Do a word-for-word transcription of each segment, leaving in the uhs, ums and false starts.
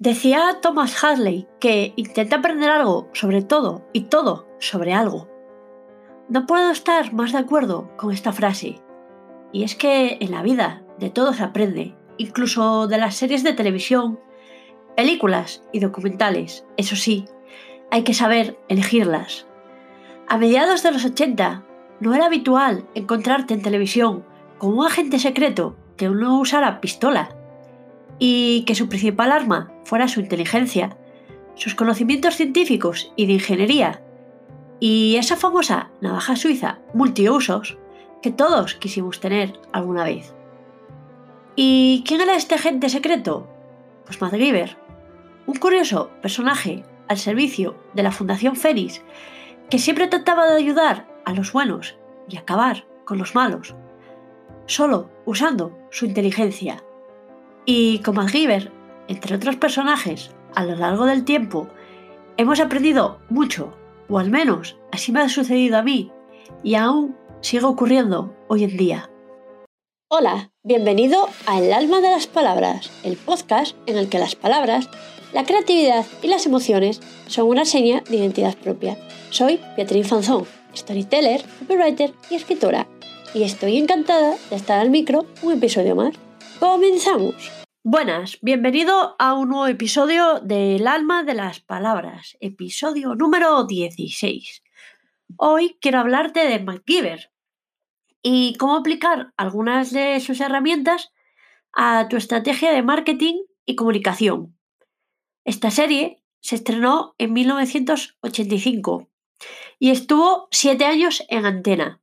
Decía Thomas Harley que intenta aprender algo sobre todo y todo sobre algo. No puedo estar más de acuerdo con esta frase. Y es que en la vida de todo se aprende, incluso de las series de televisión, películas y documentales. Eso sí, hay que saber elegirlas. A mediados de los ochenta no era habitual encontrarte en televisión con un agente secreto que no usara pistola y que su principal arma fuera su inteligencia, sus conocimientos científicos y de ingeniería, y esa famosa navaja suiza multiusos que todos quisimos tener alguna vez. ¿Y quién era este agente secreto? Pues MacGyver, un curioso personaje al servicio de la Fundación Fénix que siempre trataba de ayudar a los buenos y acabar con los malos, solo usando su inteligencia. Y con MacGyver, entre otros personajes, a lo largo del tiempo, hemos aprendido mucho, o al menos así me ha sucedido a mí, y aún sigue ocurriendo hoy en día. Hola, bienvenido a El Alma de las Palabras, el podcast en el que las palabras, la creatividad y las emociones son una seña de identidad propia. Soy Beatriz Fanzón, storyteller, copywriter y escritora, y estoy encantada de estar al micro un episodio más. ¡Comenzamos! Buenas, bienvenido a un nuevo episodio de El Alma de las Palabras, episodio número dieciséis. Hoy quiero hablarte de MacGyver y cómo aplicar algunas de sus herramientas a tu estrategia de marketing y comunicación. Esta serie se estrenó en mil novecientos ochenta y cinco y estuvo siete años en antena.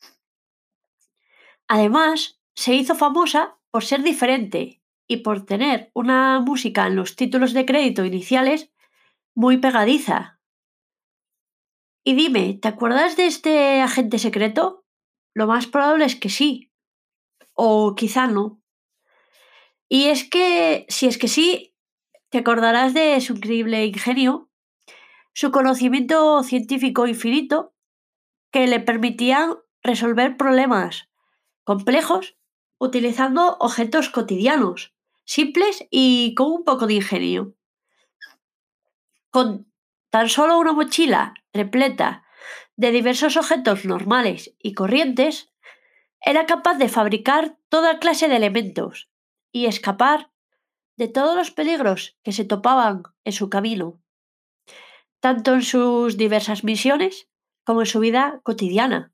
Además, se hizo famosa por ser diferente y por tener una música en los títulos de crédito iniciales muy pegadiza. Y dime, ¿te acuerdas de este agente secreto? Lo más probable es que sí, o quizá no. Y es que, si es que sí, te acordarás de su increíble ingenio, su conocimiento científico infinito, que le permitían resolver problemas complejos utilizando objetos cotidianos, simples y con un poco de ingenio. Con tan solo una mochila repleta de diversos objetos normales y corrientes, era capaz de fabricar toda clase de elementos y escapar de todos los peligros que se topaban en su camino, tanto en sus diversas misiones como en su vida cotidiana.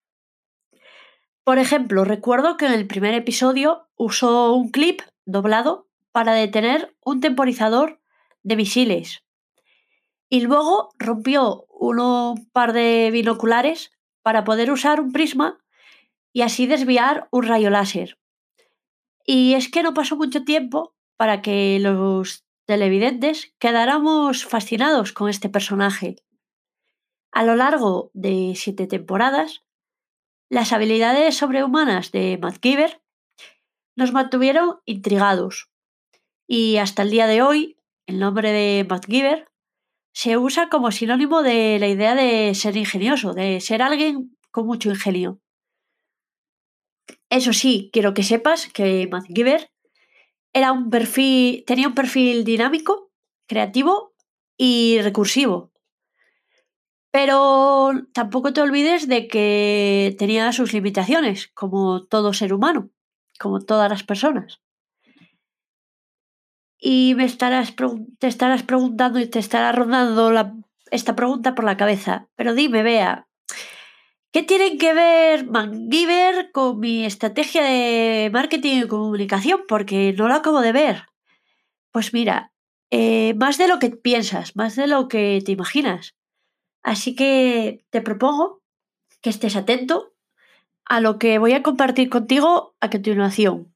Por ejemplo, recuerdo que en el primer episodio usó un clip doblado para detener un temporizador de misiles y luego rompió un par de binoculares para poder usar un prisma y así desviar un rayo láser. Y es que no pasó mucho tiempo para que los televidentes quedáramos fascinados con este personaje. A lo largo de siete temporadas, las habilidades sobrehumanas de MacGyver nos mantuvieron intrigados y hasta el día de hoy el nombre de MacGyver se usa como sinónimo de la idea de ser ingenioso, de ser alguien con mucho ingenio. Eso sí, quiero que sepas que MacGyver era un perfil, tenía un perfil dinámico, creativo y recursivo. Pero tampoco te olvides de que tenía sus limitaciones, como todo ser humano, como todas las personas. Y me estarás te estarás preguntando y te estará rondando la, esta pregunta por la cabeza. Pero dime, Bea, ¿qué tienen que ver MacGyver con mi estrategia de marketing y comunicación? Porque no lo acabo de ver. Pues mira, eh, más de lo que piensas, más de lo que te imaginas. Así que te propongo que estés atento a lo que voy a compartir contigo a continuación.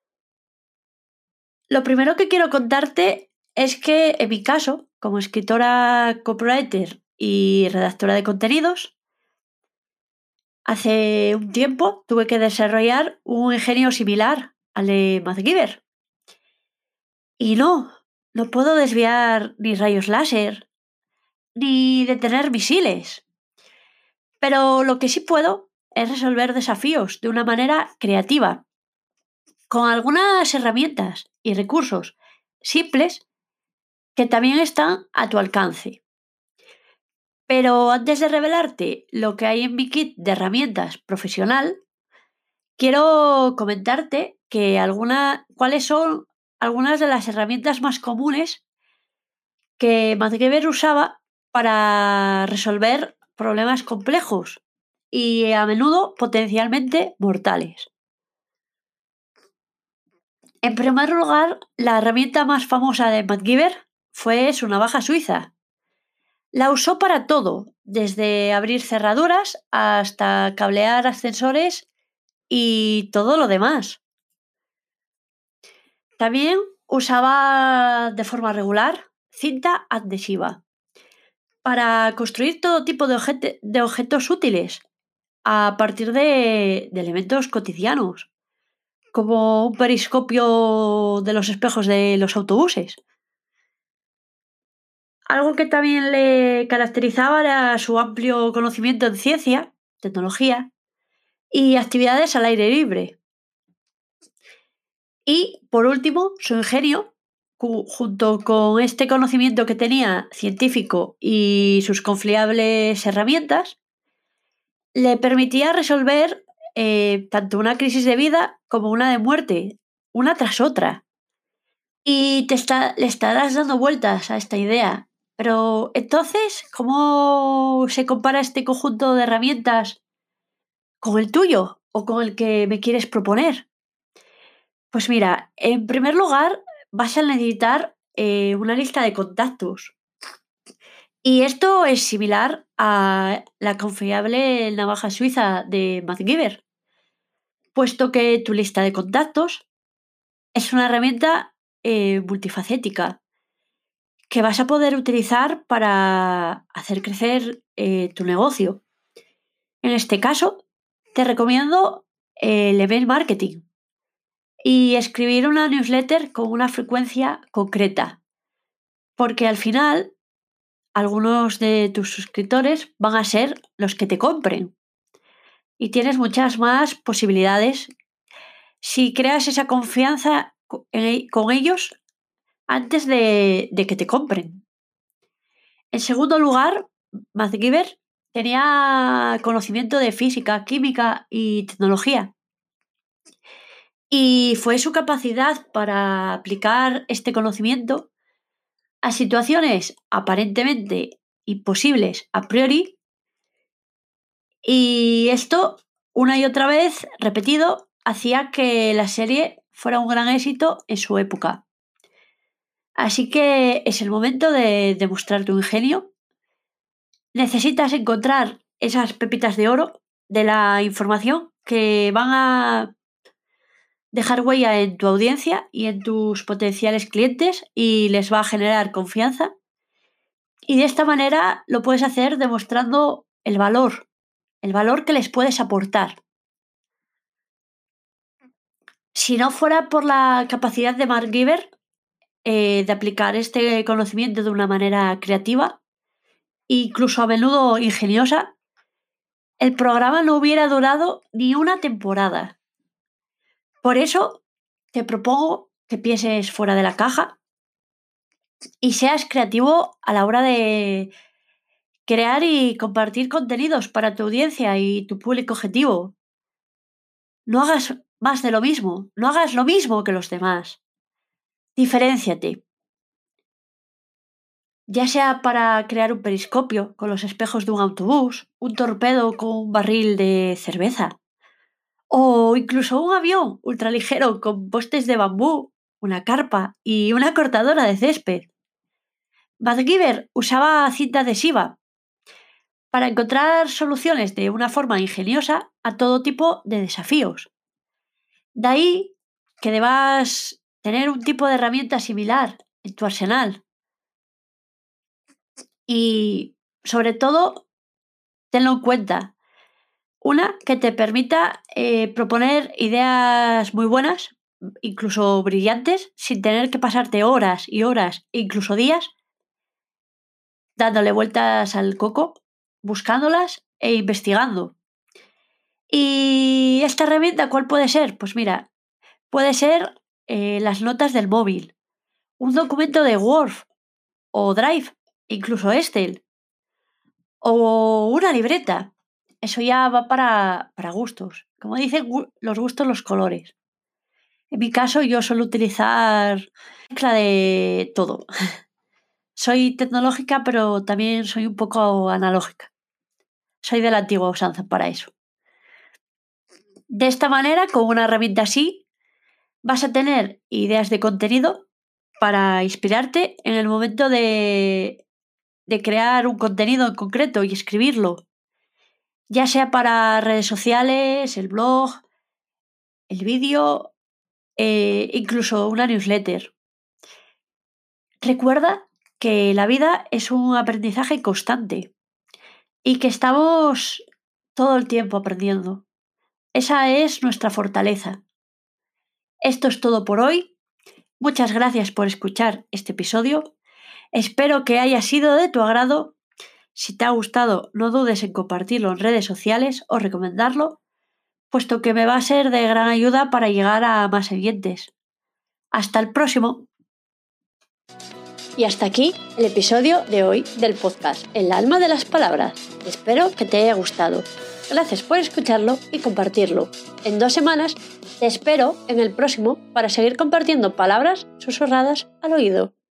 Lo primero que quiero contarte es que en mi caso, como escritora, copywriter y redactora de contenidos, hace un tiempo tuve que desarrollar un ingenio similar al de MacGyver. Y no, no puedo desviar ni rayos láser, ni detener misiles. Pero lo que sí puedo es resolver desafíos de una manera creativa, con algunas herramientas y recursos simples que también están a tu alcance. Pero antes de revelarte lo que hay en mi kit de herramientas profesional, quiero comentarte que alguna, cuáles son algunas de las herramientas más comunes que MacGyver usaba para resolver problemas complejos y a menudo potencialmente mortales. En primer lugar, la herramienta más famosa de MacGyver fue su navaja suiza. La usó para todo, desde abrir cerraduras hasta cablear ascensores y todo lo demás. También usaba de forma regular cinta adhesiva para construir todo tipo de, ojete- de objetos útiles a partir de, de elementos cotidianos, como un periscopio de los espejos de los autobuses. Algo que también le caracterizaba era su amplio conocimiento en ciencia, tecnología y actividades al aire libre. Y, por último, su ingenio, cu- junto con este conocimiento que tenía científico y sus confiables herramientas, le permitía resolver eh, tanto una crisis de vida como una de muerte, una tras otra. Y te está, le estarás dando vueltas a esta idea. Pero entonces, ¿cómo se compara este conjunto de herramientas con el tuyo o con el que me quieres proponer? Pues mira, en primer lugar, vas a necesitar eh, una lista de contactos. Y esto es similar a la confiable navaja suiza de MacGyver, puesto que tu lista de contactos es una herramienta eh, multifacética que vas a poder utilizar para hacer crecer eh, tu negocio. En este caso, te recomiendo eh, el email marketing y escribir una newsletter con una frecuencia concreta, porque al final algunos de tus suscriptores van a ser los que te compren y tienes muchas más posibilidades si creas esa confianza co- en e- con ellos antes de, de que te compren. En segundo lugar, MacGyver tenía conocimiento de física, química y tecnología. Y fue su capacidad para aplicar este conocimiento a situaciones aparentemente imposibles a priori. Y esto, una y otra vez, repetido, hacía que la serie fuera un gran éxito en su época. Así que es el momento de demostrar tu ingenio. Necesitas encontrar esas pepitas de oro de la información que van a dejar huella en tu audiencia y en tus potenciales clientes y les va a generar confianza. Y de esta manera lo puedes hacer demostrando el valor, el valor que les puedes aportar. Si no fuera por la capacidad de Mark Giver eh, de aplicar este conocimiento de una manera creativa, incluso a menudo ingeniosa, el programa no hubiera durado ni una temporada. Por eso te propongo que pienses fuera de la caja y seas creativo a la hora de crear y compartir contenidos para tu audiencia y tu público objetivo. No hagas más de lo mismo, no hagas lo mismo que los demás. Diferénciate, ya sea para crear un periscopio con los espejos de un autobús, un torpedo con un barril de cerveza, o incluso un avión ultraligero con postes de bambú, una carpa y una cortadora de césped. MacGyver usaba cinta adhesiva para encontrar soluciones de una forma ingeniosa a todo tipo de desafíos. De ahí que debas tener un tipo de herramienta similar en tu arsenal y, sobre todo, tenlo en cuenta. Una que te permita eh, proponer ideas muy buenas, incluso brillantes, sin tener que pasarte horas y horas, incluso días, dándole vueltas al coco, buscándolas e investigando. ¿Y esta herramienta cuál puede ser? Pues mira, puede ser eh, las notas del móvil, un documento de Word o Drive, incluso Excel, o una libreta. Eso ya va para, para gustos. Como dicen, gu- los gustos, los colores. En mi caso, yo suelo utilizar mezcla de todo. Soy tecnológica, pero también soy un poco analógica. Soy de la antigua usanza para eso. De esta manera, con una herramienta así, vas a tener ideas de contenido para inspirarte en el momento de, de crear un contenido en concreto y escribirlo, ya sea para redes sociales, el blog, el vídeo, eh, incluso una newsletter. Recuerda que la vida es un aprendizaje constante y que estamos todo el tiempo aprendiendo. Esa es nuestra fortaleza. Esto es todo por hoy. Muchas gracias por escuchar este episodio. Espero que haya sido de tu agrado. Si te ha gustado, no dudes en compartirlo en redes sociales o recomendarlo, puesto que me va a ser de gran ayuda para llegar a más oyentes. Hasta el próximo. Y hasta aquí el episodio de hoy del podcast El alma de las palabras. Espero que te haya gustado. Gracias por escucharlo y compartirlo. En dos semanas te espero en el próximo para seguir compartiendo palabras susurradas al oído.